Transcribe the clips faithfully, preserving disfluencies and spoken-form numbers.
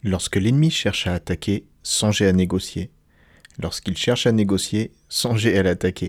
Lorsque l'ennemi cherche à attaquer, songez à négocier. Lorsqu'il cherche à négocier, songez à l'attaquer.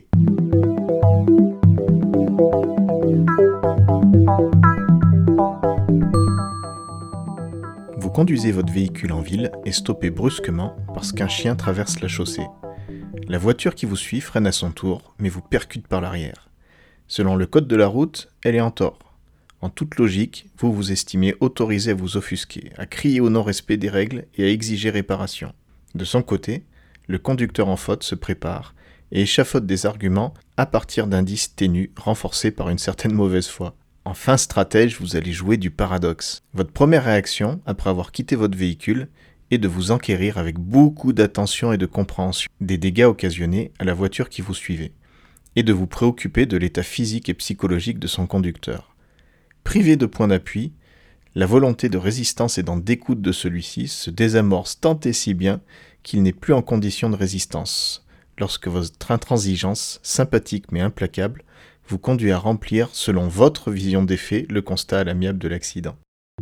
Vous conduisez votre véhicule en ville et stoppez brusquement parce qu'un chien traverse la chaussée. La voiture qui vous suit freine à son tour, mais vous percute par l'arrière. Selon le code de la route, elle est en tort. En toute logique, vous vous estimez autorisé à vous offusquer, à crier au non-respect des règles et à exiger réparation. De son côté, le conducteur en faute se prépare et échafaude des arguments à partir d'indices ténus renforcés par une certaine mauvaise foi. En fin stratège, vous allez jouer du paradoxe. Votre première réaction, après avoir quitté votre véhicule, est de vous enquérir avec beaucoup d'attention et de compréhension des dégâts occasionnés à la voiture qui vous suivait, et de vous préoccuper de l'état physique et psychologique de son conducteur. Privé de point d'appui, la volonté de résistance et d'en découdre de celui-ci se désamorce tant et si bien qu'il n'est plus en condition de résistance, lorsque votre intransigeance, sympathique mais implacable, vous conduit à remplir, selon votre vision des faits, le constat à l'amiable de l'accident.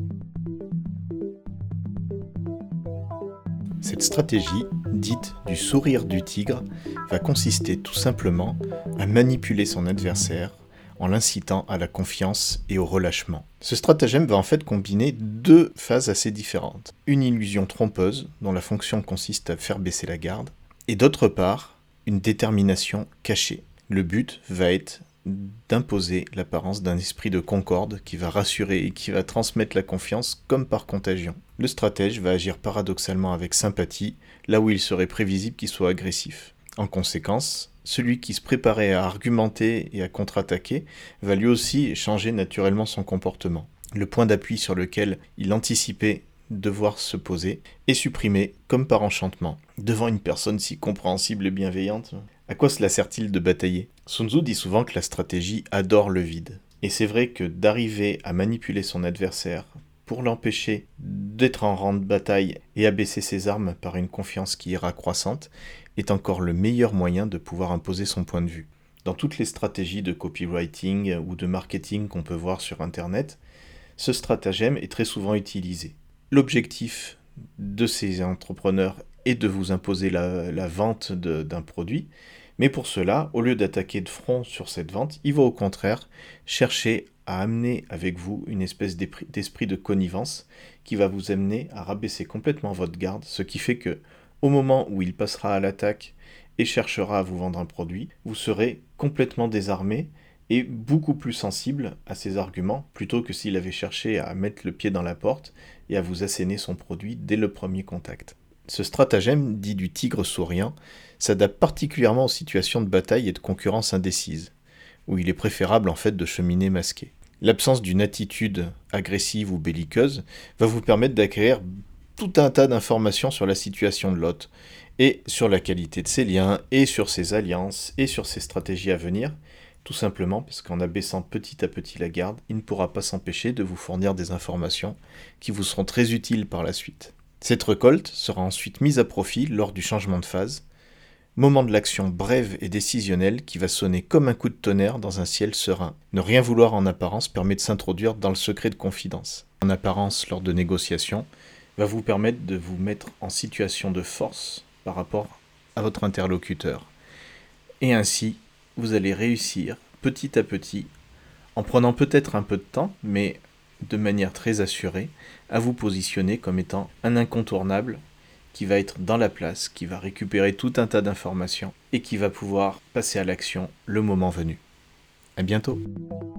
Cette stratégie, dite du sourire du tigre, va consister tout simplement à manipuler son adversaire en l'incitant à la confiance et au relâchement. Ce stratagème va en fait combiner deux phases assez différentes. Une illusion trompeuse, dont la fonction consiste à faire baisser la garde, et d'autre part, une détermination cachée. Le but va être d'imposer l'apparence d'un esprit de concorde qui va rassurer et qui va transmettre la confiance comme par contagion. Le stratège va agir paradoxalement avec sympathie, là où il serait prévisible qu'il soit agressif. En conséquence, celui qui se préparait à argumenter et à contre-attaquer va lui aussi changer naturellement son comportement. Le point d'appui sur lequel il anticipait devoir se poser est supprimé comme par enchantement. Devant une personne si compréhensible et bienveillante, à quoi cela sert-il de batailler ? Sun Tzu dit souvent que la stratégie adore le vide. Et c'est vrai que d'arriver à manipuler son adversaire pour l'empêcher d'être en rang de bataille et abaisser ses armes par une confiance qui ira croissante est encore le meilleur moyen de pouvoir imposer son point de vue. Dans toutes les stratégies de copywriting ou de marketing qu'on peut voir sur Internet, ce stratagème est très souvent utilisé. L'objectif de ces entrepreneurs est de vous imposer la, la vente de, d'un produit, mais pour cela, au lieu d'attaquer de front sur cette vente, ils vont au contraire chercher à amener avec vous une espèce d'esprit de connivence qui va vous amener à rabaisser complètement votre garde, ce qui fait que au moment où il passera à l'attaque et cherchera à vous vendre un produit, vous serez complètement désarmé et beaucoup plus sensible à ses arguments, plutôt que s'il avait cherché à mettre le pied dans la porte et à vous asséner son produit dès le premier contact. Ce stratagème, dit du tigre souriant, s'adapte particulièrement aux situations de bataille et de concurrence indécise, où il est préférable en fait de cheminer masqué. L'absence d'une attitude agressive ou belliqueuse va vous permettre d'acquérir tout un tas d'informations sur la situation de l'hôte, et sur la qualité de ses liens, et sur ses alliances, et sur ses stratégies à venir, tout simplement parce qu'en abaissant petit à petit la garde, il ne pourra pas s'empêcher de vous fournir des informations qui vous seront très utiles par la suite. Cette récolte sera ensuite mise à profit lors du changement de phase, moment de l'action brève et décisionnelle qui va sonner comme un coup de tonnerre dans un ciel serein. Ne rien vouloir en apparence permet de s'introduire dans le secret de confidence. En apparence, lors de négociations, va vous permettre de vous mettre en situation de force par rapport à votre interlocuteur. Et ainsi, vous allez réussir petit à petit, en prenant peut-être un peu de temps, mais de manière très assurée, à vous positionner comme étant un incontournable qui va être dans la place, qui va récupérer tout un tas d'informations et qui va pouvoir passer à l'action le moment venu. À bientôt.